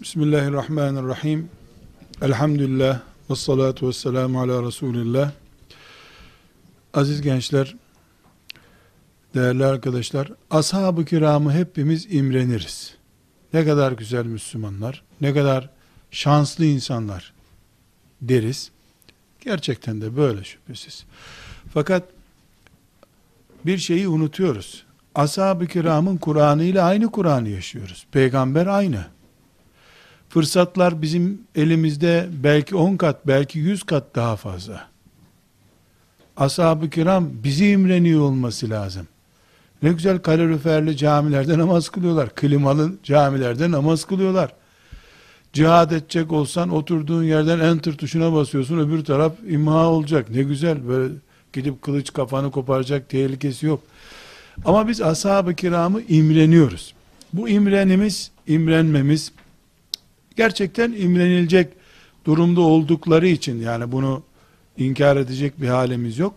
Bismillahirrahmanirrahim. Elhamdülillah. Ve salatu ve selamu ala Resulillah. Aziz gençler, değerli arkadaşlar, ashab-ı kiramı hepimiz imreniriz. Ne kadar güzel Müslümanlar, ne kadar şanslı insanlar deriz. Gerçekten de böyle şüphesiz. Fakat bir şeyi unutuyoruz. Ashab-ı kiramın Kur'an'ı ile aynı Kur'an'ı yaşıyoruz. Peygamber aynı. Fırsatlar bizim elimizde belki 10 kat, belki 100 kat daha fazla. Ashab-ı kiram bizi imreniyor olması lazım. Ne güzel kaloriferli camilerde namaz kılıyorlar. Klimalı camilerde namaz kılıyorlar. Cihad edecek olsan oturduğun yerden enter tuşuna basıyorsun. Öbür taraf imha olacak. Ne güzel, böyle gidip kılıç kafanı koparacak tehlikesi yok. Ama biz ashab-ı kiramı imreniyoruz. Bu imrenmemiz gerçekten imrenilecek durumda oldukları için, yani bunu inkar edecek bir halimiz yok.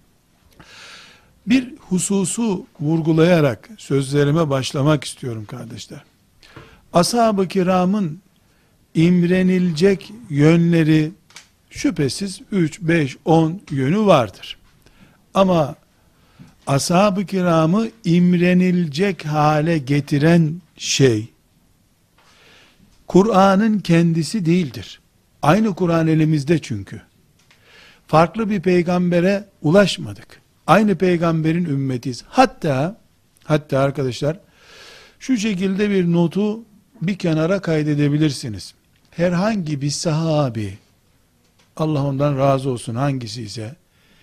Bir hususu vurgulayarak sözlerime başlamak istiyorum kardeşler. Ashab-ı kiramın imrenilecek yönleri şüphesiz 3, 5, 10 yönü vardır. Ama ashab-ı kiramı imrenilecek hale getiren şey, Kur'an'ın kendisi değildir. Aynı Kur'an elimizde çünkü. Farklı bir peygambere ulaşmadık. Aynı peygamberin ümmetiyiz. Hatta arkadaşlar, şu şekilde bir notu bir kenara kaydedebilirsiniz. Herhangi bir sahabi, Allah ondan razı olsun hangisi ise,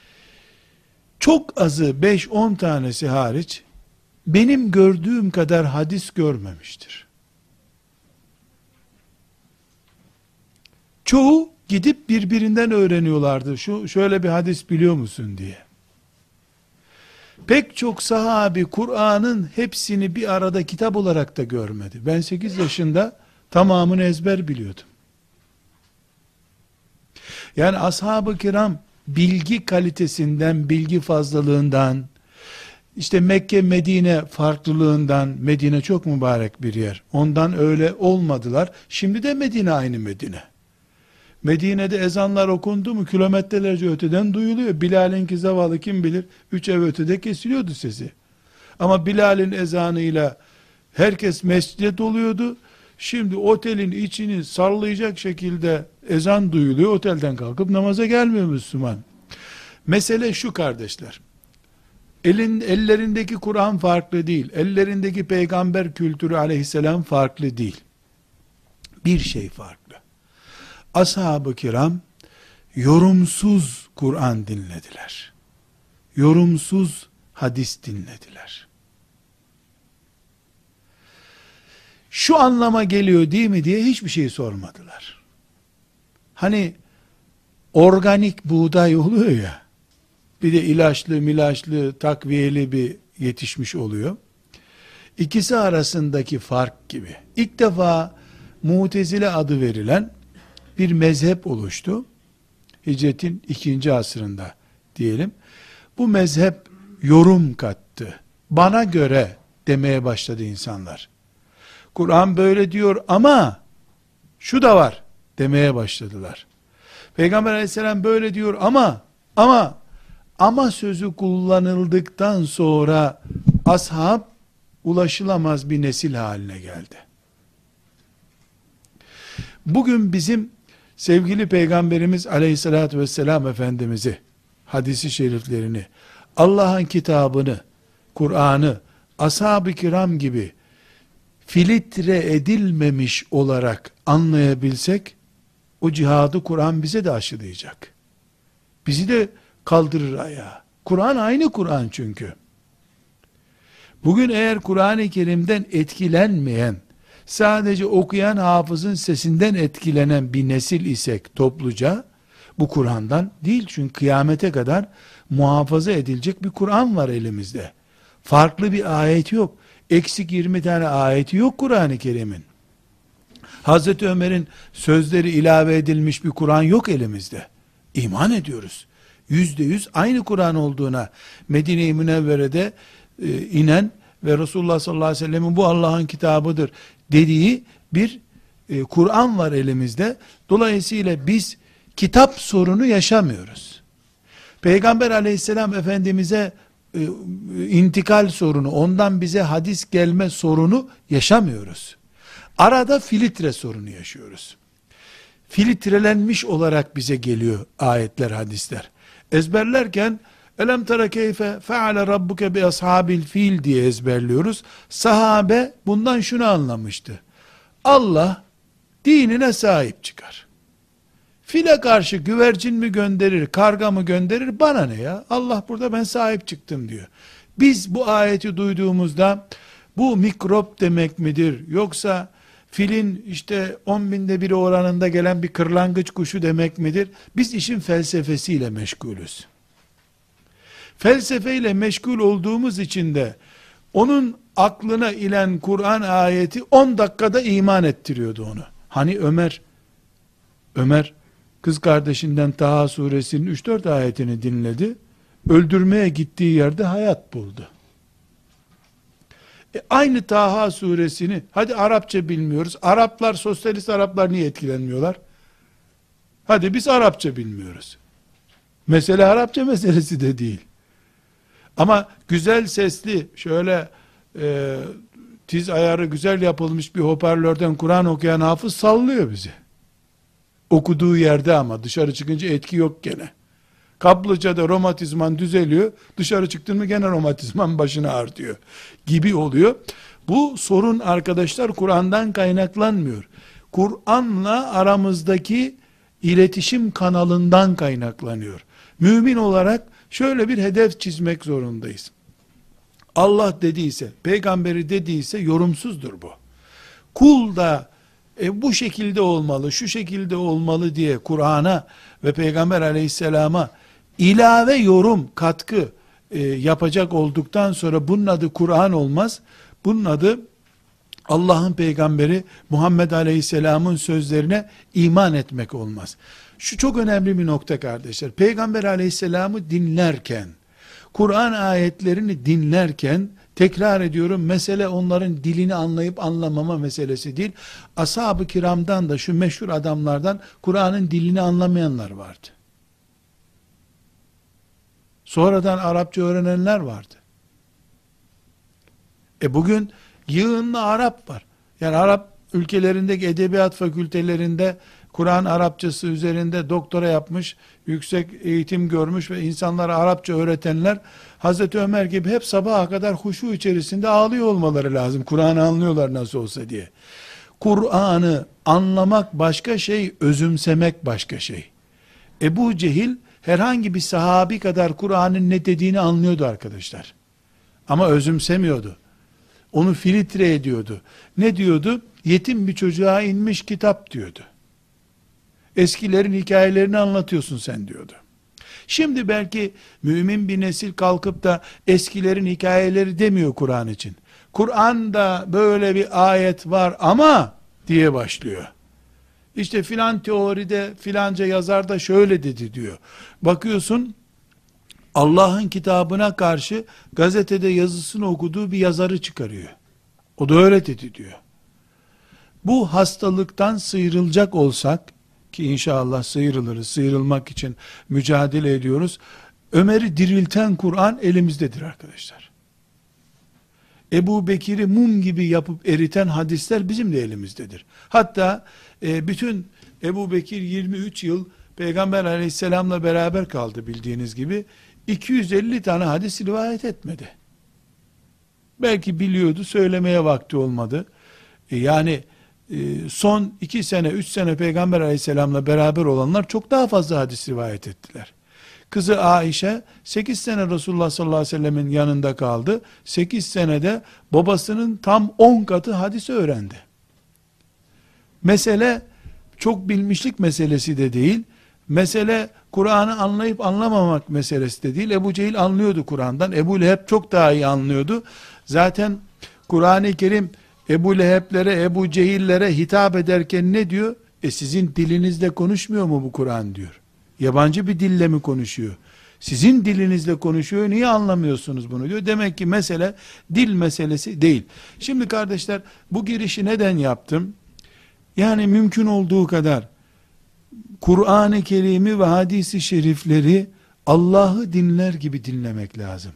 çok azı 5-10 tanesi hariç, benim gördüğüm kadar hadis görmemiştir. Çoğu gidip birbirinden öğreniyorlardı. Şöyle bir hadis biliyor musun diye. Pek çok sahabi Kur'an'ın hepsini bir arada kitap olarak da görmedi. Ben 8 yaşında tamamını ezber biliyordum. Yani ashab-ı kiram bilgi kalitesinden, bilgi fazlalığından, işte Mekke Medine farklılığından, Medine çok mübarek bir yer. Ondan öyle olmadılar. Şimdi de Medine aynı Medine. Medine'de ezanlar okundu mu kilometrelerce öteden duyuluyor. Bilal'inki zavallı kim bilir 3 ev ötede kesiliyordu sesi. Ama Bilal'in ezanıyla herkes mescide doluyordu. Şimdi otelin içini sallayacak şekilde ezan duyuluyor. Otelden kalkıp namaza gelmiyor Müslüman. Mesele şu kardeşler. Ellerindeki Kur'an farklı değil. Ellerindeki peygamber kültürü aleyhisselam farklı değil. Bir şey farklı. Ashab-ı kiram yorumsuz Kur'an dinlediler. Yorumsuz hadis dinlediler. Şu anlama geliyor değil mi diye hiçbir şey sormadılar. Hani organik buğday oluyor ya, bir de ilaçlı takviyeli bir yetişmiş oluyor. İkisi arasındaki fark gibi. İlk defa Mutezile adı verilen bir mezhep oluştu. Hicretin 2. asrında diyelim. Bu mezhep yorum kattı. Bana göre demeye başladı insanlar. Kur'an böyle diyor ama şu da var demeye başladılar. Peygamber aleyhisselam böyle diyor ama sözü kullanıldıktan sonra ashab ulaşılamaz bir nesil haline geldi. Bugün bizim sevgili Peygamberimiz aleyhissalatü vesselam Efendimiz'i, hadisi şeriflerini, Allah'ın kitabını, Kur'an'ı, ashab-ı kiram gibi filtre edilmemiş olarak anlayabilsek, o cihadı Kur'an bize de aşılayacak. Bizi de kaldırır ayağa. Kur'an aynı Kur'an çünkü. Bugün eğer Kur'an-ı Kerim'den etkilenmeyen, sadece okuyan hafızın sesinden etkilenen bir nesil isek topluca, bu Kur'an'dan değil, çünkü kıyamete kadar muhafaza edilecek bir Kur'an var elimizde. Farklı bir ayet yok. Eksik 20 tane ayeti yok Kur'an-ı Kerim'in. Hazreti Ömer'in sözleri ilave edilmiş bir Kur'an yok elimizde. İman ediyoruz. %100 aynı Kur'an olduğuna, Medine-i Münevvere'de inen ve Resulullah sallallahu aleyhi ve sellem'in bu Allah'ın kitabıdır dediği bir Kur'an var elimizde. Dolayısıyla biz kitap sorunu yaşamıyoruz. Peygamber aleyhisselam Efendimiz'e intikal sorunu, ondan bize hadis gelme sorunu yaşamıyoruz. Arada filtre sorunu yaşıyoruz. Filtrelenmiş olarak bize geliyor ayetler, hadisler. Ezberlerken elem tera keyfe feale rabbuke bi ashabil fil diye ezberliyoruz. Sahabe bundan şunu anlamıştı: Allah dinine sahip çıkar. File karşı güvercin mi gönderir, karga mı gönderir, bana ne ya? Allah burada ben sahip çıktım diyor. Biz bu ayeti duyduğumuzda bu mikrop demek midir? Yoksa filin işte 10 binde biri oranında gelen bir kırlangıç kuşu demek midir? Biz işin felsefesiyle meşgulüz. Felsefeyle meşgul olduğumuz için de onun aklına inen Kur'an ayeti 10 dakikada iman ettiriyordu onu. Hani Ömer kız kardeşinden Taha suresinin 3-4 ayetini dinledi. Öldürmeye gittiği yerde hayat buldu. Aynı Taha suresini, hadi Arapça bilmiyoruz. Araplar, sosyalist Araplar niye etkilenmiyorlar? Hadi biz Arapça bilmiyoruz. Mesele Arapça meselesi de değil. Ama güzel sesli, şöyle tiz ayarı güzel yapılmış bir hoparlörden Kur'an okuyan hafız sallıyor bizi. Okuduğu yerde, ama dışarı çıkınca etki yok gene. Kaplıca'da romatizman düzeliyor, dışarı çıktın mı gene romatizman başını ağrıtıyor gibi oluyor. Bu sorun arkadaşlar Kur'an'dan kaynaklanmıyor. Kur'an'la aramızdaki iletişim kanalından kaynaklanıyor. Mümin olarak şöyle bir hedef çizmek zorundayız. Allah dediyse, peygamberi dediyse yorumsuzdur bu. Kul da bu şekilde olmalı, şu şekilde olmalı diye Kur'an'a ve Peygamber aleyhisselama ilave yorum, katkı yapacak olduktan sonra bunun adı Kur'an olmaz. Bunun adı Allah'ın peygamberi Muhammed aleyhisselamın sözlerine iman etmek olmaz. Şu çok önemli bir nokta kardeşler. Peygamber aleyhisselamı dinlerken, Kur'an ayetlerini dinlerken, tekrar ediyorum, mesele onların dilini anlayıp anlamama meselesi değil. Ashab-ı kiramdan da, şu meşhur adamlardan Kur'an'ın dilini anlamayanlar vardı. Sonradan Arapça öğrenenler vardı. Bugün yığınla Arap var. Yani Arap ülkelerindeki edebiyat fakültelerinde Kur'an Arapçası üzerinde doktora yapmış, yüksek eğitim görmüş ve insanlara Arapça öğretenler, Hazreti Ömer gibi hep sabaha kadar huşu içerisinde ağlıyor olmaları lazım. Kur'an'ı anlıyorlar nasıl olsa diye. Kur'an'ı anlamak başka şey, özümsemek başka şey. Ebu Cehil herhangi bir sahabi kadar Kur'an'ın ne dediğini anlıyordu arkadaşlar. Ama özümsemiyordu. Onu filtre ediyordu. Ne diyordu? Yetim bir çocuğa inmiş kitap diyordu. Eskilerin hikayelerini anlatıyorsun sen diyordu. Şimdi belki mümin bir nesil kalkıp da eskilerin hikayeleri demiyor Kur'an için. Kur'an'da böyle bir ayet var ama diye başlıyor. İşte filan teoride filanca yazar da şöyle dedi diyor. Bakıyorsun Allah'ın kitabına karşı gazetede yazısını okuduğu bir yazarı çıkarıyor. O da öyle dedi diyor. Bu hastalıktan sıyrılacak olsak, ki inşallah sıyrılırız, sıyrılmak için mücadele ediyoruz. Ömer'i dirilten Kur'an elimizdedir arkadaşlar. Ebu Bekir'i mum gibi yapıp eriten hadisler bizim de elimizdedir. Hatta bütün Ebu Bekir 23 yıl Peygamber aleyhisselamla beraber kaldı bildiğiniz gibi. 250 tane hadis rivayet etmedi. Belki biliyordu, söylemeye vakti olmadı. Son 2 sene, 3 sene Peygamber aleyhisselamla beraber olanlar çok daha fazla hadis rivayet ettiler. Kızı Aişe 8 sene Resulullah sallallahu aleyhi ve sellemin yanında kaldı. 8 senede babasının tam 10 katı hadis öğrendi. Mesele çok bilmişlik meselesi de değil. Mesele Kur'an'ı anlayıp anlamamak meselesi de değil. Ebu Cehil anlıyordu Kur'an'dan. Ebu Leheb çok daha iyi anlıyordu. Zaten Kur'an-ı Kerim Ebu Leheb'lere, Ebu Cehil'lere hitap ederken ne diyor? Sizin dilinizle konuşmuyor mu bu Kur'an diyor. Yabancı bir dille mi konuşuyor? Sizin dilinizle konuşuyor, niye anlamıyorsunuz bunu diyor. Demek ki mesele dil meselesi değil. Şimdi kardeşler, bu girişi neden yaptım? Yani mümkün olduğu kadar Kur'an-ı Kerim'i ve hadisi şerifleri Allah'ı dinler gibi dinlemek lazım.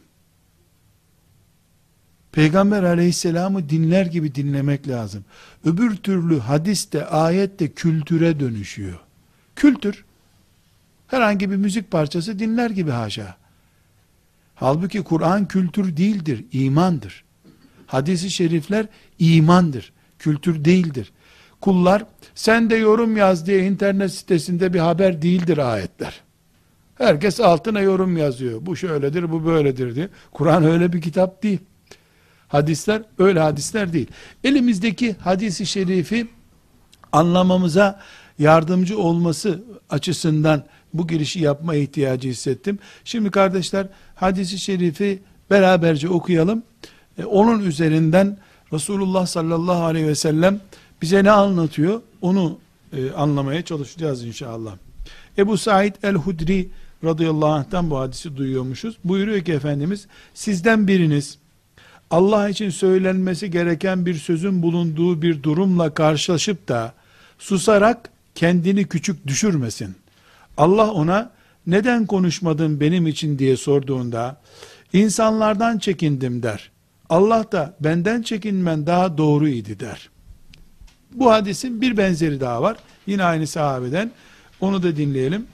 Peygamber aleyhisselamı dinler gibi dinlemek lazım. Öbür türlü hadiste, ayette kültüre dönüşüyor. Kültür, herhangi bir müzik parçası dinler gibi haşa. Halbuki Kur'an kültür değildir, imandır. Hadis-i şerifler imandır, kültür değildir. Kullar, sen de yorum yaz diye internet sitesinde bir haber değildir ayetler. Herkes altına yorum yazıyor. Bu şöyledir, bu böyledir diye. Kur'an öyle bir kitap değil. Hadisler öyle hadisler değil. Elimizdeki hadisi şerifi anlamamıza yardımcı olması açısından bu girişi yapma ihtiyacı hissettim. Şimdi kardeşler, hadisi şerifi beraberce okuyalım. Onun üzerinden Resulullah sallallahu aleyhi ve sellem bize ne anlatıyor? Onu anlamaya çalışacağız inşallah. Ebu Said el-Hudri radıyallahu anh'tan bu hadisi duyuyormuşuz. Buyuruyor ki Efendimiz, sizden biriniz Allah için söylenmesi gereken bir sözün bulunduğu bir durumla karşılaşıp da susarak kendini küçük düşürmesin. Allah ona neden konuşmadın benim için diye sorduğunda insanlardan çekindim der. Allah da benden çekinmen daha doğruydu der. Bu hadisin bir benzeri daha var. Yine aynı sahabeden. Onu da dinleyelim.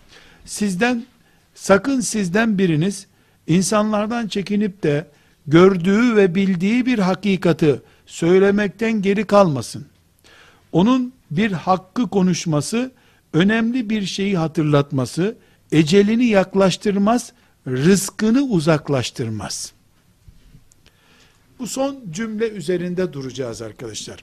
Sakın sizden biriniz insanlardan çekinip de gördüğü ve bildiği bir hakikati söylemekten geri kalmasın. Onun bir hakkı konuşması, önemli bir şeyi hatırlatması, ecelini yaklaştırmaz, rızkını uzaklaştırmaz. Bu son cümle üzerinde duracağız arkadaşlar.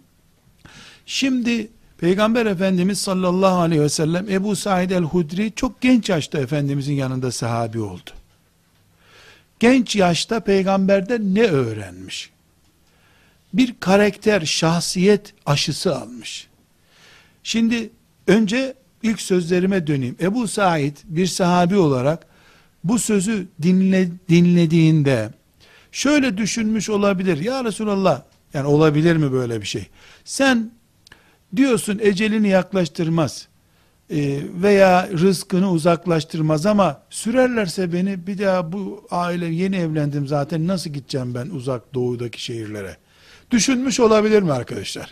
Şimdi Peygamber Efendimiz sallallahu aleyhi ve sellem Ebu Said el-Hudri çok genç yaşta Efendimizin yanında sahabi oldu. Genç yaşta peygamberden ne öğrenmiş? Bir karakter, şahsiyet aşısı almış. Şimdi önce ilk sözlerime döneyim. Ebu Said bir sahabi olarak bu sözü dinlediğinde şöyle düşünmüş olabilir. Ya Resulallah, yani olabilir mi böyle bir şey? Sen diyorsun ecelini yaklaştırmaz veya rızkını uzaklaştırmaz ama sürerlerse beni bir daha bu aile, yeni evlendim zaten, nasıl gideceğim ben uzak doğudaki şehirlere? Düşünmüş olabilir mi arkadaşlar?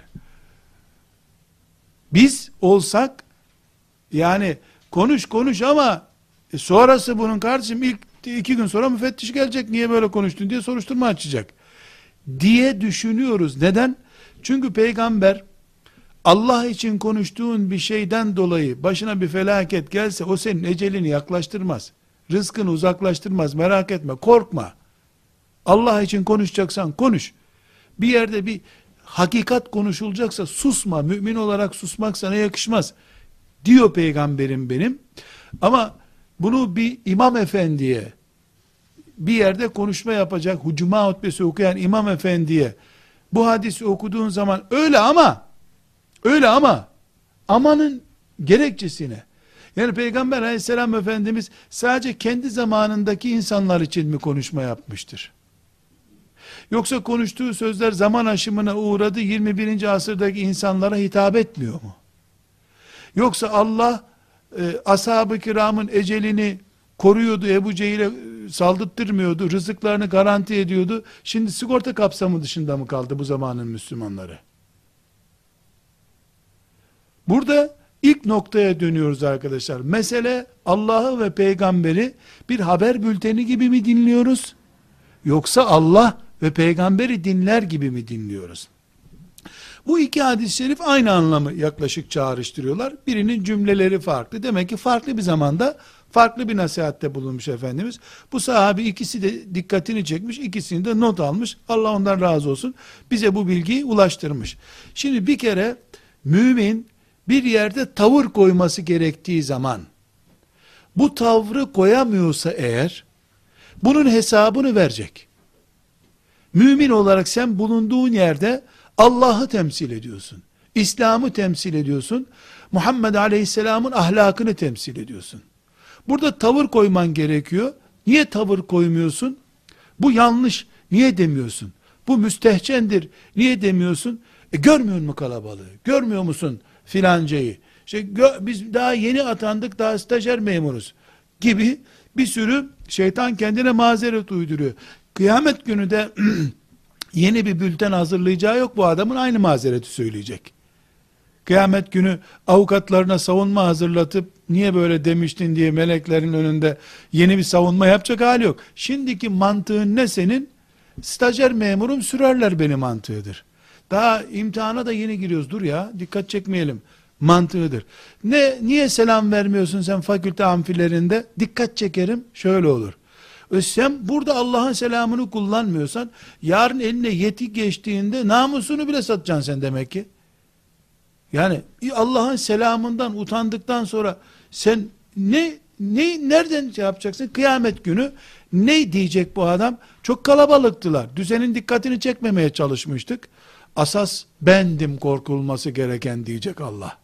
Biz olsak yani konuş ama sonrası bunun kardeşim, ilk 2 gün sonra müfettiş gelecek, niye böyle konuştun diye soruşturma açacak diye düşünüyoruz. Neden? Çünkü peygamber Allah için konuştuğun bir şeyden dolayı başına bir felaket gelse o senin ecelini yaklaştırmaz. Rızkını uzaklaştırmaz. Merak etme, korkma. Allah için konuşacaksan konuş. Bir yerde bir hakikat konuşulacaksa susma. Mümin olarak susmak sana yakışmaz diyor peygamberim benim. Ama bunu bir imam efendiye, bir yerde konuşma yapacak, cuma hutbesi okuyan imam efendiye bu hadisi okuduğun zaman öyle ama amanın gerekçesine, yani Peygamber aleyhisselam Efendimiz sadece kendi zamanındaki insanlar için mi konuşma yapmıştır? Yoksa konuştuğu sözler zaman aşımına uğradı, 21. asırdaki insanlara hitap etmiyor mu? Yoksa Allah ashab-ı kiramın ecelini koruyordu, Ebu Cehil'e saldırttırmıyordu, rızıklarını garanti ediyordu. Şimdi sigorta kapsamı dışında mı kaldı bu zamanın Müslümanları? Burada ilk noktaya dönüyoruz arkadaşlar. Mesele Allah'ı ve peygamberi bir haber bülteni gibi mi dinliyoruz? Yoksa Allah ve peygamberi dinler gibi mi dinliyoruz? Bu iki hadis-i şerif aynı anlamı yaklaşık çağrıştırıyorlar. Birinin cümleleri farklı. Demek ki farklı bir zamanda farklı bir nasihatte bulunmuş Efendimiz. Bu sahabi ikisi de dikkatini çekmiş, ikisini de not almış. Allah ondan razı olsun. Bize bu bilgiyi ulaştırmış. Şimdi bir kere mümin bir yerde tavır koyması gerektiği zaman, bu tavrı koyamıyorsa eğer, bunun hesabını verecek. Mümin olarak sen bulunduğun yerde Allah'ı temsil ediyorsun. İslam'ı temsil ediyorsun. Muhammed Aleyhisselam'ın ahlakını temsil ediyorsun. Burada tavır koyman gerekiyor. Niye tavır koymuyorsun? Bu yanlış. Niye demiyorsun? Bu müstehcendir. Niye demiyorsun? Görmüyor musun kalabalığı? Görmüyor musun filancayı? Biz daha yeni atandık, daha stajyer memuruz gibi bir sürü şeytan kendine mazeret uyduruyor. Kıyamet günü de yeni bir bülten hazırlayacağı yok, bu adamın aynı mazereti söyleyecek. Kıyamet günü avukatlarına savunma hazırlatıp niye böyle demiştin diye meleklerin önünde yeni bir savunma yapacak hali yok. Şimdiki mantığın ne senin? Stajyer memurum, sürerler beni mantığıdır. Daha imtihana da yeni giriyoruz, dur ya dikkat çekmeyelim mantığıdır. Niye selam vermiyorsun sen fakülte amfilerinde? Dikkat çekerim, şöyle olur. Sen burada Allah'ın selamını kullanmıyorsan yarın eline yeti geçtiğinde namusunu bile satacaksın sen demek ki. Yani Allah'ın selamından utandıktan sonra sen nereden şey yapacaksın? Kıyamet günü ne diyecek bu adam? Çok kalabalıktılar. Düzenin dikkatini çekmemeye çalışmıştık. Asas bendim korkulması gereken diyecek Allah.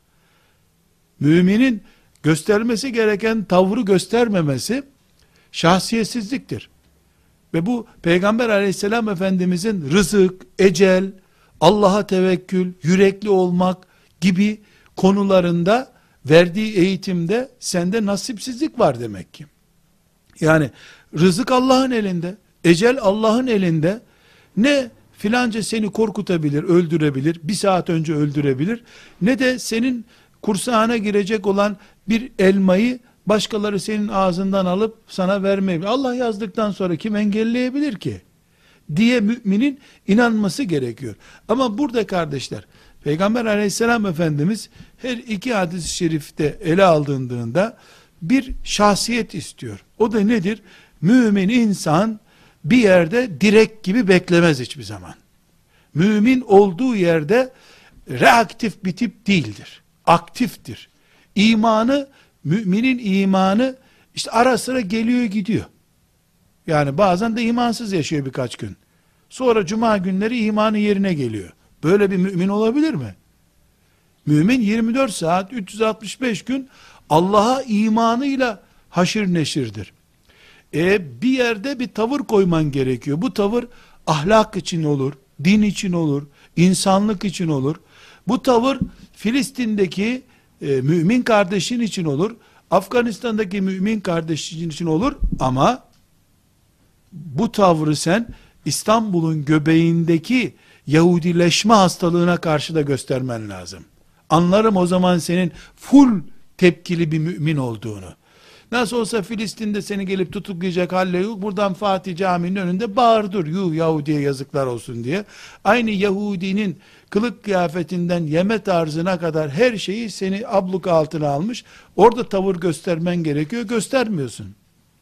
Müminin göstermesi gereken tavrı göstermemesi şahsiyetsizliktir. Ve bu Peygamber aleyhisselam efendimizin rızık, ecel, Allah'a tevekkül, yürekli olmak gibi konularında verdiği eğitimde sende nasipsizlik var demek ki. Yani rızık Allah'ın elinde, ecel Allah'ın elinde. Ne filanca seni korkutabilir, öldürebilir, bir saat önce öldürebilir, ne de senin kursağına girecek olan bir elmayı başkaları senin ağzından alıp sana vermeyebilir. Allah yazdıktan sonra kim engelleyebilir ki? Diye müminin inanması gerekiyor. Ama burada kardeşler, Peygamber aleyhisselam efendimiz her iki hadis-i şerifte ele alındığında bir şahsiyet istiyor. O da nedir? Mümin insan bir yerde direk gibi beklemez hiçbir zaman. Mümin olduğu yerde reaktif bir tip değildir. Aktiftir. İmanı, müminin imanı işte ara sıra geliyor gidiyor. Yani bazen de imansız yaşıyor birkaç gün. Sonra cuma günleri imanı yerine geliyor. Böyle bir mümin olabilir mi? Mümin 24 saat 365 gün Allah'a imanıyla haşır neşirdir. Bir yerde bir tavır koyman gerekiyor. Bu tavır ahlak için olur, din için olur, insanlık için olur. Bu tavır Filistin'deki mümin kardeşin için olur, Afganistan'daki mümin kardeşin için olur ama bu tavrı sen İstanbul'un göbeğindeki Yahudileşme hastalığına karşı da göstermen lazım. Anlarım o zaman senin full tepkili bir mümin olduğunu. Nasıl olsa Filistin'de seni gelip tutuklayacak halle yok. Buradan Fatih Camii'nin önünde bağır dur. Yuh Yahudi'ye yazıklar olsun diye. Aynı Yahudinin kılık kıyafetinden yeme tarzına kadar her şeyi seni abluka altına almış. Orada tavır göstermen gerekiyor. Göstermiyorsun.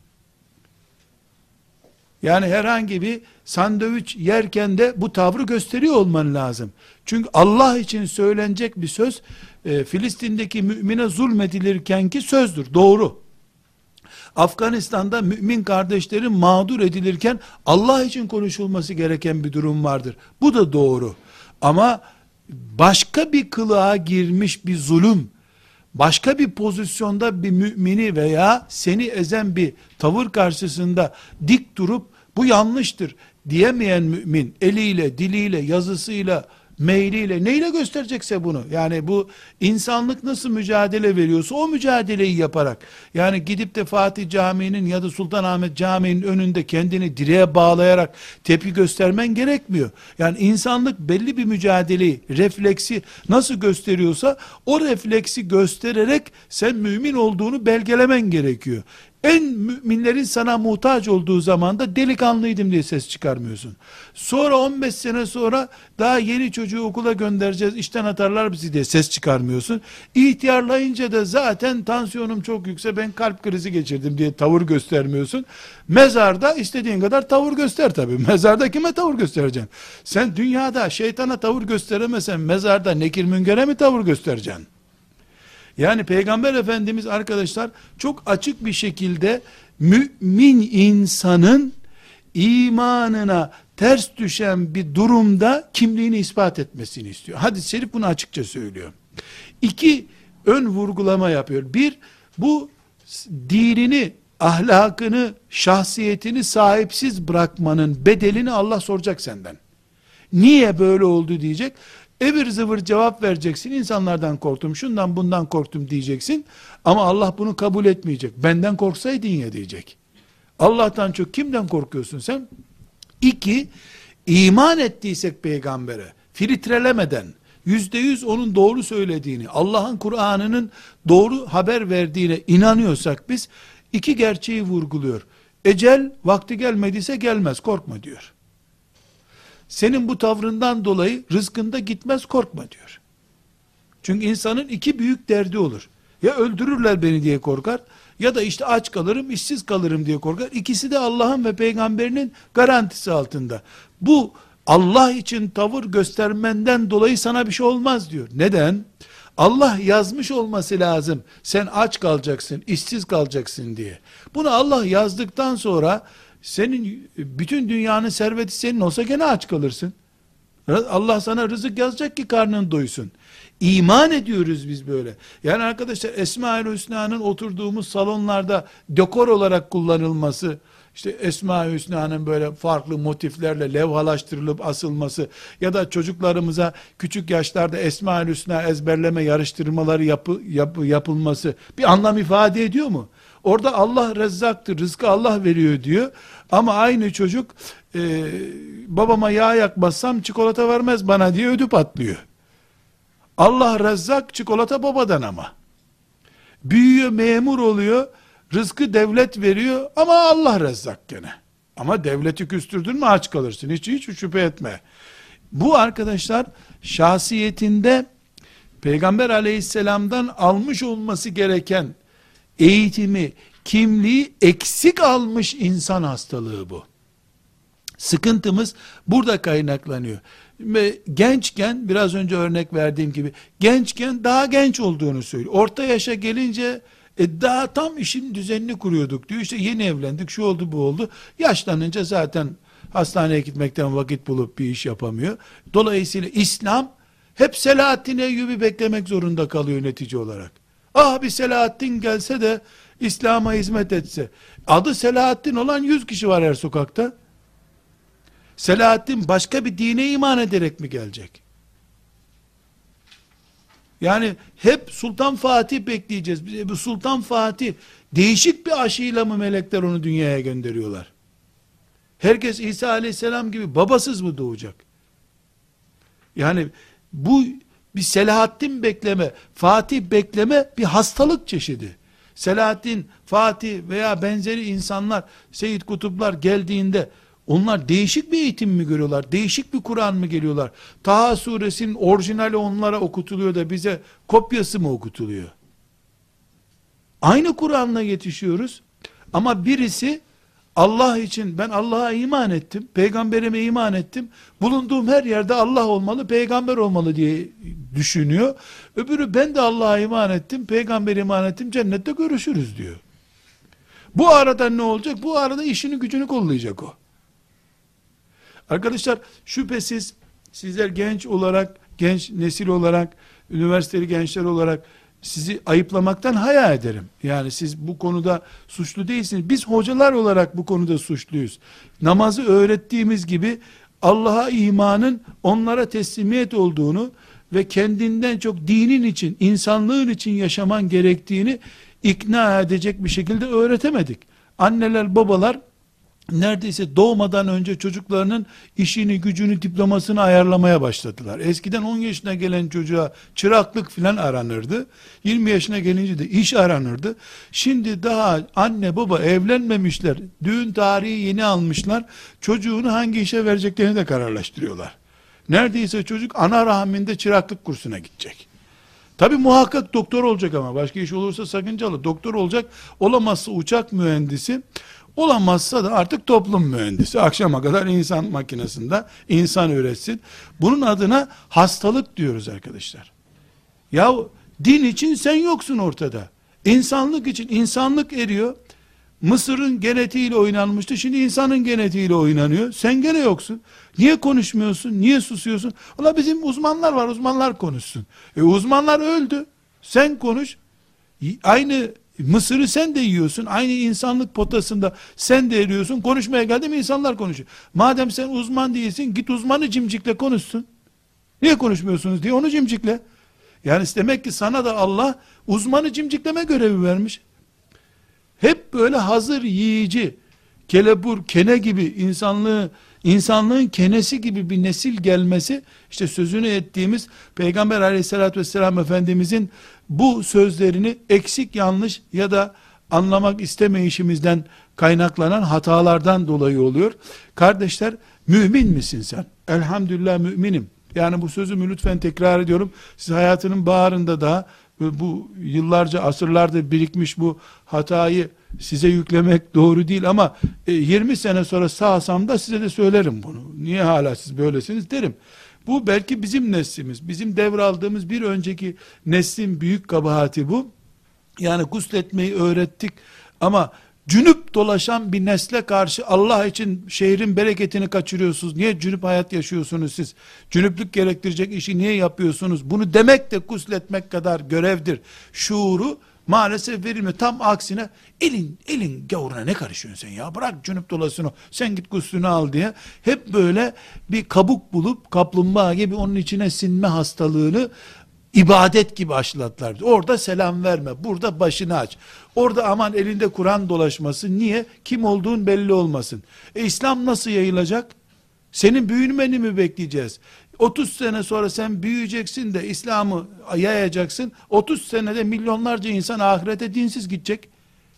Yani herhangi bir sandviç yerken de bu tavrı gösteriyor olman lazım. Çünkü Allah için söylenecek bir söz Filistin'deki mümine zulmedilirkenki sözdür. Doğru. Afganistan'da mümin kardeşlerin mağdur edilirken Allah için konuşulması gereken bir durum vardır. Bu da doğru. Ama başka bir kılığa girmiş bir zulüm, başka bir pozisyonda bir mümini veya seni ezen bir tavır karşısında dik durup bu yanlıştır diyemeyen mümin eliyle, diliyle, yazısıyla, mailiyle neyle gösterecekse bunu, yani bu insanlık nasıl mücadele veriyorsa o mücadeleyi yaparak, yani gidip de Fatih Camii'nin ya da Sultanahmet Camii'nin önünde kendini direğe bağlayarak tepki göstermen gerekmiyor. Yani insanlık belli bir mücadeleyi, refleksi nasıl gösteriyorsa o refleksi göstererek sen mümin olduğunu belgelemen gerekiyor. En müminlerin sana muhtaç olduğu zaman da delikanlıydım diye ses çıkarmıyorsun. Sonra 15 sene sonra daha yeni çocuğu okula göndereceğiz, işten atarlar bizi diye ses çıkarmıyorsun. İhtiyarlayınca da zaten tansiyonum çok yüksek, ben kalp krizi geçirdim diye tavır göstermiyorsun. Mezarda istediğin kadar tavır göster tabii. Mezarda kime tavır göstereceksin? Sen dünyada şeytana tavır gösteremesen mezarda nekir münkere mi tavır göstereceksin? Yani Peygamber Efendimiz arkadaşlar çok açık bir şekilde mümin insanın imanına ters düşen bir durumda kimliğini ispat etmesini istiyor. Hadis-i şerif bunu açıkça söylüyor. İki ön vurgulama yapıyor. Bir, bu dinini, ahlakını, şahsiyetini sahipsiz bırakmanın bedelini Allah soracak senden. Niye böyle oldu diyecek. Evir zıvır cevap vereceksin. İnsanlardan korktum, şundan bundan korktum diyeceksin. Ama Allah bunu kabul etmeyecek. Benden korksaydın ya diyecek. Allah'tan çok kimden korkuyorsun sen? İki, iman ettiysek peygambere, filtrelemeden, %100 onun doğru söylediğini, Allah'ın Kur'an'ının doğru haber verdiğine inanıyorsak biz, iki gerçeği vurguluyor. Ecel vakti gelmediyse gelmez, korkma diyor. Senin bu tavrından dolayı rızkında gitmez, korkma diyor. Çünkü insanın iki büyük derdi olur. Ya öldürürler beni diye korkar, ya da işte aç kalırım, işsiz kalırım diye korkar. İkisi de Allah'ın ve peygamberinin garantisi altında. Bu Allah için tavır göstermenden dolayı sana bir şey olmaz diyor. Neden? Allah yazmış olması lazım. Sen aç kalacaksın, işsiz kalacaksın diye. Bunu Allah yazdıktan sonra senin bütün dünyanın serveti senin olsa gene aç kalırsın. Allah sana rızık yazacak ki karnın doysun. İman ediyoruz biz böyle. Yani arkadaşlar, Esma-ül Hüsna'nın oturduğumuz salonlarda dekor olarak kullanılması, işte Esma-ül Hüsna'nın böyle farklı motiflerle levhalaştırılıp asılması ya da çocuklarımıza küçük yaşlarda Esma-ül Hüsna ezberleme yarıştırmaları yapılması bir anlam ifade ediyor mu? Orada Allah Rezzaktır, rızkı Allah veriyor diyor. Ama aynı çocuk babama yağ yakmazsam çikolata vermez bana diye ödü patlıyor. Allah Rezzak, çikolata babadan ama. Büyüyor, memur oluyor, rızkı devlet veriyor ama Allah Rezzak gene. Ama devleti küstürdün mü aç kalırsın, hiç şüphe etme. Bu arkadaşlar şahsiyetinde Peygamber aleyhisselamdan almış olması gereken eğitimi, kimliği eksik almış insan hastalığı bu. Sıkıntımız burada kaynaklanıyor. Ve gençken, biraz önce örnek verdiğim gibi, gençken daha genç olduğunu söylüyor. Orta yaşa gelince daha tam işin düzenini kuruyorduk diyor. İşte yeni evlendik, şu oldu bu oldu. Yaşlanınca zaten hastaneye gitmekten vakit bulup bir iş yapamıyor. Dolayısıyla İslam hep Selahaddin Eyyubi beklemek zorunda kalıyor yönetici olarak. Ah, bir Selahaddin gelse de İslam'a hizmet etse. Adı Selahaddin olan 100 kişi var her sokakta. Selahaddin başka bir dine iman ederek mi gelecek? Yani hep Sultan Fatih bekleyeceğiz. Bu Sultan Fatih değişik bir aşıyla mı melekler onu dünyaya gönderiyorlar? Herkes İsa Aleyhisselam gibi babasız mı doğacak? Yani bu bir Selahaddin bekleme, Fatih bekleme bir hastalık çeşidi. Selahaddin, Fatih veya benzeri insanlar, Seyyid Kutuplar geldiğinde onlar değişik bir eğitim mi görüyorlar? Değişik bir Kur'an mı geliyorlar? Taha suresinin orijinali onlara okutuluyor da bize kopyası mı okutuluyor? Aynı Kur'an'la yetişiyoruz. Ama birisi Allah için, ben Allah'a iman ettim, peygamberime iman ettim, bulunduğum her yerde Allah olmalı, peygamber olmalı diye düşünüyor. Öbürü ben de Allah'a iman ettim, peygambere iman ettim, cennette görüşürüz diyor. Bu arada ne olacak? Bu arada işini gücünü kollayacak o. Arkadaşlar, şüphesiz sizler genç olarak, genç nesil olarak, üniversiteli gençler olarak sizi ayıplamaktan haya ederim. Yani siz bu konuda suçlu değilsiniz. Biz hocalar olarak bu konuda suçluyuz. Namazı öğrettiğimiz gibi Allah'a imanın onlara teslimiyet olduğunu ve kendinden çok dinin için, insanlığın için yaşaman gerektiğini ikna edecek bir şekilde öğretemedik. Anneler, babalar neredeyse doğmadan önce çocuklarının işini, gücünü, diplomasını ayarlamaya başladılar. Eskiden 10 yaşına gelen çocuğa çıraklık filan aranırdı. 20 yaşına gelince de iş aranırdı. Şimdi daha anne baba evlenmemişler. Düğün tarihi yeni almışlar. Çocuğunu hangi işe vereceklerini de kararlaştırıyorlar. Neredeyse çocuk ana rahminde çıraklık kursuna gidecek. Tabi muhakkak doktor olacak ama başka iş olursa sakıncalı. Doktor olacak, olamazsa uçak mühendisi, olamazsa da artık toplum mühendisi. Akşama kadar insan makinesinde insan üretsin. Bunun adına hastalık diyoruz arkadaşlar. Ya din için sen yoksun ortada. İnsanlık için insanlık eriyor. Mısır'ın genetiğiyle oynanmıştı. Şimdi insanın genetiğiyle oynanıyor. Sen gene yoksun. Niye konuşmuyorsun? Niye susuyorsun? Ulan bizim uzmanlar var. Uzmanlar konuşsun. Uzmanlar öldü. Sen konuş. Aynı Mısır'ı sen de yiyorsun. Aynı insanlık potasında sen de eriyorsun. Konuşmaya geldi mi insanlar konuşuyor. Madem sen uzman değilsin, git uzmanı cimcikle konuşsun. Niye konuşmuyorsunuz diye onu cimcikle. Yani demek ki sana da Allah uzmanı cimcikleme görevi vermiş. Hep böyle hazır yiyici, kelebur, kene gibi insanlığın kenesi gibi bir nesil gelmesi, işte sözünü ettiğimiz Peygamber aleyhissalatü vesselam Efendimizin bu sözlerini eksik, yanlış ya da anlamak istemeyişimizden kaynaklanan hatalardan dolayı oluyor. Kardeşler, mümin misin sen? Elhamdülillah müminim. Yani bu sözümü lütfen tekrar ediyorum. Siz hayatının bağrında da bu yıllarca, asırlardır birikmiş bu hatayı size yüklemek doğru değil ama 20 sene sonra sağsam da size de söylerim bunu. Niye hala siz böylesiniz derim. Bu belki bizim neslimiz, bizim devraldığımız bir önceki neslin büyük kabahati bu. Yani gusletmeyi öğrettik ama cünüp dolaşan bir nesle karşı Allah için şehrin bereketini kaçırıyorsunuz. Niye cünüp hayat yaşıyorsunuz siz? Cünüplük gerektirecek işi niye yapıyorsunuz? Bunu demek de gusletmek kadar görevdir. Şuuru maalesef verilmiyor. Tam aksine elin gavuruna ne karışıyorsun sen ya? Bırak cünüp dolasını, sen git guslünü al diye. Hep böyle bir kabuk bulup kaplumbağa gibi onun içine sinme hastalığını İbadet gibi aşılattılar. Orada selam verme, burada başını aç. Orada aman elinde Kur'an dolaşması, niye? Kim olduğun belli olmasın. İslam nasıl yayılacak? Senin büyümeni mi bekleyeceğiz? 30 sene sonra sen büyüyeceksin de İslam'ı yayacaksın. 30 senede milyonlarca insan ahirete dinsiz gidecek.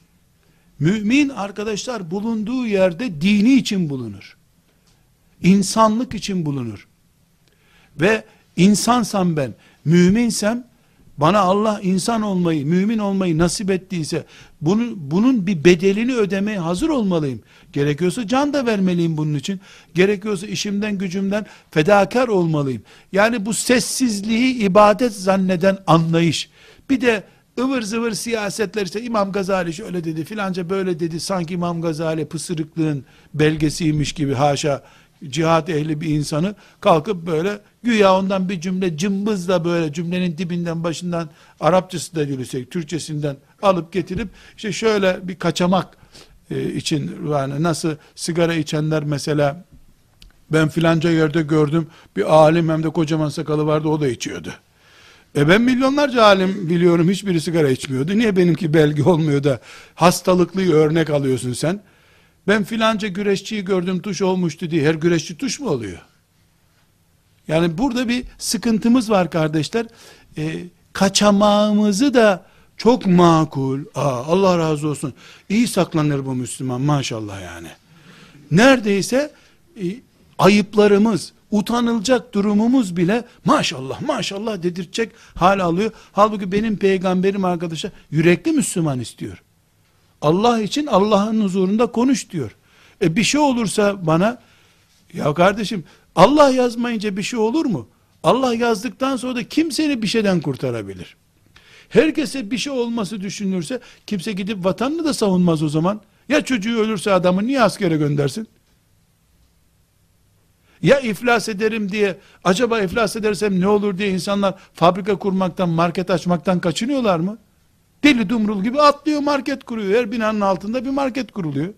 Mümin arkadaşlar bulunduğu yerde dini için bulunur. İnsanlık için bulunur. Ve insansam ben, müminsem, bana Allah insan olmayı, mümin olmayı nasip ettiyse, bunun bir bedelini ödemeye hazır olmalıyım. Gerekiyorsa can da vermeliyim bunun için. Gerekiyorsa işimden gücümden fedakar olmalıyım. Yani bu sessizliği ibadet zanneden anlayış. Bir de ıvır zıvır siyasetler, işte İmam Gazali şöyle dedi, filanca böyle dedi, sanki İmam Gazali pısırıklığın belgesiymiş gibi, haşa, cihat ehli bir insanı kalkıp böyle güya ondan bir cümle cımbızla böyle cümlenin dibinden başından Arapçası da yürüsek Türkçesinden alıp getirip işte şöyle bir kaçamak için, yani nasıl sigara içenler mesela, ben filanca yerde gördüm bir alim hem de kocaman sakalı vardı, o da içiyordu. Ben milyonlarca alim biliyorum, hiçbiri sigara içmiyordu. Niye benimki belge olmuyor da hastalıklıyı örnek alıyorsun sen? Ben filanca güreşçiyi gördüm tuş olmuştu diye her güreşçi tuş mu oluyor? Yani burada bir sıkıntımız var kardeşler. Kaçamağımızı da çok makul. Allah razı olsun. İyi saklanır bu Müslüman maşallah yani. Neredeyse ayıplarımız, utanılacak durumumuz bile maşallah maşallah dedirtecek hal alıyor. Halbuki benim peygamberim arkadaşlar yürekli Müslüman istiyor. Allah için Allah'ın huzurunda konuş diyor. Bir şey olursa bana, ya kardeşim Allah yazmayınca bir şey olur mu? Allah yazdıktan sonra da kim seni bir şeyden kurtarabilir? Herkese bir şey olması düşünülürse kimse gidip vatanını da savunmaz o zaman. Ya çocuğu ölürse adamı niye askere göndersin? Ya iflas ederim diye, acaba iflas edersem ne olur diye insanlar fabrika kurmaktan, market açmaktan kaçınıyorlar mı? Deli dumrul gibi atlıyor, market kuruyor. Her binanın altında bir market kuruluyor.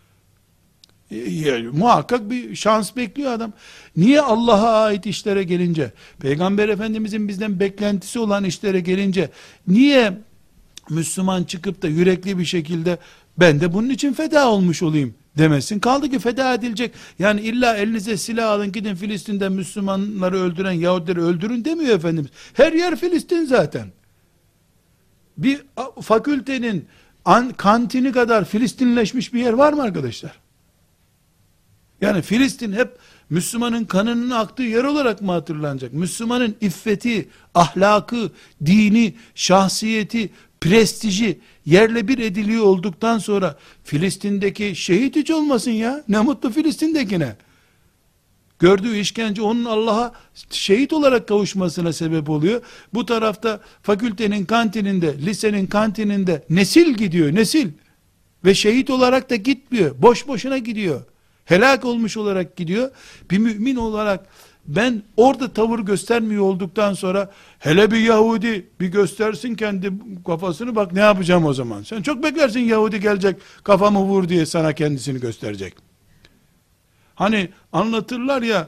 Muhakkak bir şans bekliyor adam. Niye Allah'a ait işlere gelince, Peygamber Efendimizin bizden beklentisi olan işlere gelince, niye Müslüman çıkıp da yürekli bir şekilde ben de bunun için feda olmuş olayım demesin? Kaldı ki feda edilecek. Yani illa elinize silah alın gidin Filistin'de Müslümanları öldüren Yahudileri öldürün demiyor Efendimiz. Her yer Filistin zaten. Bir fakültenin kantini kadar Filistinleşmiş bir yer var mı arkadaşlar? Yani Filistin hep Müslümanın kanının aktığı yer olarak mı hatırlanacak? Müslümanın iffeti, ahlakı, dini, şahsiyeti, prestiji yerle bir ediliyor olduktan sonra Filistin'deki şehit hiç olmasın ya. Ne mutlu Filistin'dekine. Gördüğü işkence onun Allah'a şehit olarak kavuşmasına sebep oluyor. Bu tarafta fakültenin kantininde, lisenin kantininde nesil gidiyor, nesil. Ve şehit olarak da gitmiyor. Boş boşuna gidiyor. Helak olmuş olarak gidiyor. Bir mümin olarak ben orada tavır göstermiyor olduktan sonra, hele bir Yahudi bir göstersin kendi kafasını, bak ne yapacağım o zaman. Sen çok beklersin Yahudi gelecek kafamı vur diye sana kendisini gösterecek. Hani anlatırlar ya,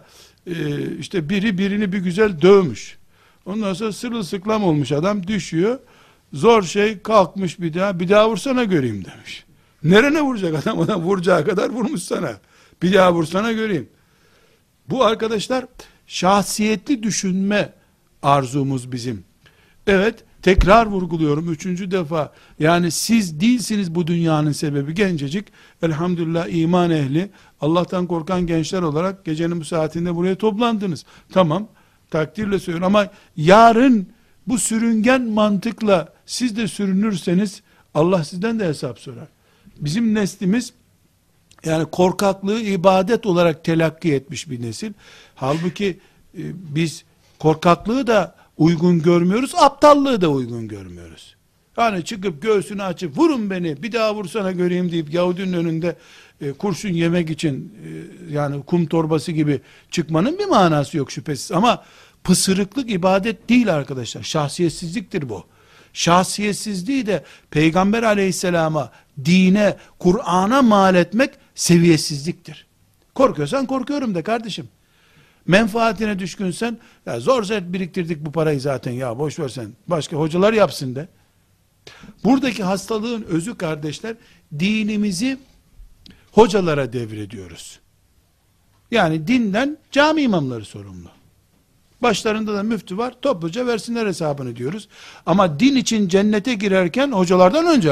işte biri birini bir güzel dövmüş. Ondan sonra sırılsıklam olmuş adam, düşüyor. Zor şey kalkmış, bir daha vursana göreyim demiş. Nerene vuracak adam? Adam vuracağı kadar vurmuş sana. Bir daha vursana göreyim. Bu arkadaşlar şahsiyetli düşünme arzumuz bizim. Evet, tekrar vurguluyorum 3. defa. Yani siz değilsiniz bu dünyanın sebebi. Gencecik, elhamdülillah iman ehli, Allah'tan korkan gençler olarak gecenin bu saatinde buraya toplandınız. Tamam, takdirle söylüyorum ama yarın bu sürüngen mantıkla siz de sürünürseniz Allah sizden de hesap sorar. Bizim neslimiz yani korkaklığı ibadet olarak telakki etmiş bir nesil. Halbuki biz korkaklığı da uygun görmüyoruz, aptallığı da uygun görmüyoruz. Yani çıkıp göğsünü açıp vurun beni, bir daha vursana göreyim deyip Yahudinin önünde kurşun yemek için yani kum torbası gibi çıkmanın bir manası yok şüphesiz. Ama pısırıklık ibadet değil arkadaşlar. Şahsiyetsizliktir bu. Şahsiyetsizliği de Peygamber aleyhisselama, dine, Kur'an'a mal etmek seviyesizliktir. Korkuyorsan korkuyorum de kardeşim. Menfaatine düşkünsen, ya zor zor biriktirdik bu parayı zaten, ya boş versen başka hocalar yapsın de. Buradaki hastalığın özü kardeşler, dinimizi hocalara devrediyoruz. Yani dinden cami imamları sorumlu. Başlarında da müftü var, topluca versinler hesabını diyoruz. Ama din için cennete girerken hocalardan önce,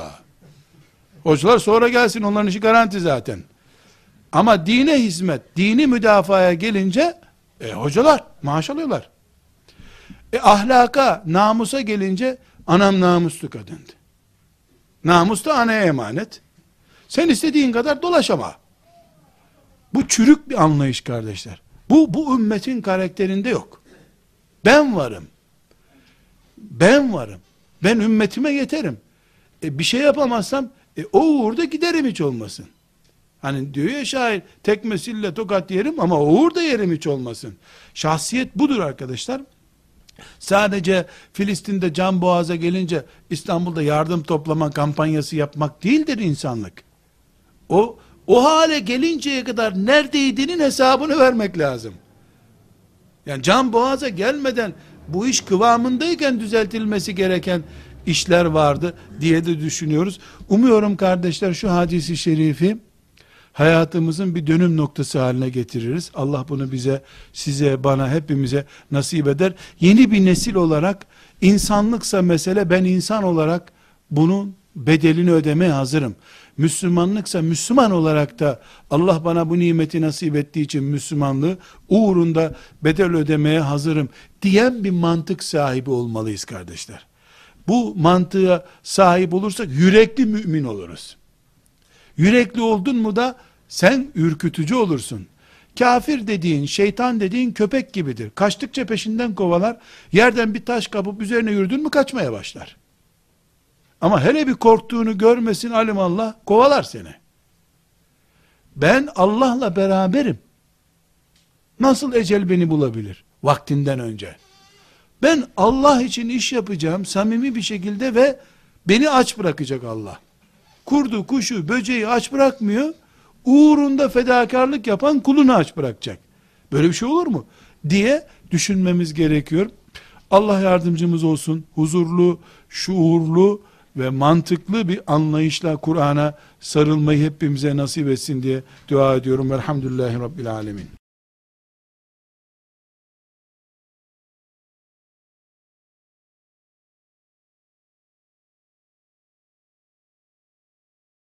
hocalar sonra gelsin, onların işi garanti zaten. Ama dine hizmet, dini müdafaya gelince hocalar maaş alıyorlar. Ahlaka, namusa gelince anam namuslu kadındı. Namus da anaya emanet. Sen istediğin kadar dolaş ama. Bu çürük bir anlayış kardeşler. Bu ümmetin karakterinde yok. Ben varım. Ben varım. Ben ümmetime yeterim. Bir şey yapamazsam o uğurda giderim hiç olmasın. Hani diyor ya şair, tekmesille tokat yerim ama o uğurda yerim hiç olmasın. Şahsiyet budur arkadaşlar. Sadece Filistin'de can boğaza gelince İstanbul'da yardım toplama kampanyası yapmak değildir insanlık. O hale gelinceye kadar neredeydinin hesabını vermek lazım. Yani can boğaza gelmeden bu iş kıvamındayken düzeltilmesi gereken işler vardı diye de düşünüyoruz. Umuyorum kardeşler şu hadisi şerifi hayatımızın bir dönüm noktası haline getiririz. Allah bunu bize, size, bana, hepimize nasip eder. Yeni bir nesil olarak, insanlıksa mesele, ben insan olarak bunun bedelini ödemeye hazırım. Müslümanlıksa Müslüman olarak da Allah bana bu nimeti nasip ettiği için Müslümanlığı uğrunda bedel ödemeye hazırım diyen bir mantık sahibi olmalıyız kardeşler. Bu mantığa sahip olursak yürekli mümin oluruz. Yürekli oldun mu da sen ürkütücü olursun. Kafir dediğin, şeytan dediğin köpek gibidir. Kaçtıkça peşinden kovalar. Yerden bir taş kapıp üzerine yürüdün mü kaçmaya başlar. Ama hele bir korktuğunu görmesin alimallah, kovalar seni. Ben Allah'la beraberim. Nasıl ecel beni bulabilir? Vaktinden önce. Ben Allah için iş yapacağım samimi bir şekilde ve beni aç bırakacak Allah. Kurdu, kuşu, böceği aç bırakmıyor. Uğrunda fedakarlık yapan kulunu aç bırakacak. Böyle bir şey olur mu? Diye düşünmemiz gerekiyor. Allah yardımcımız olsun. Huzurlu, şuurlu ve mantıklı bir anlayışla Kur'an'a sarılmayı hepimize nasip etsin diye dua ediyorum. Elhamdülillahi Rabbil Alemin.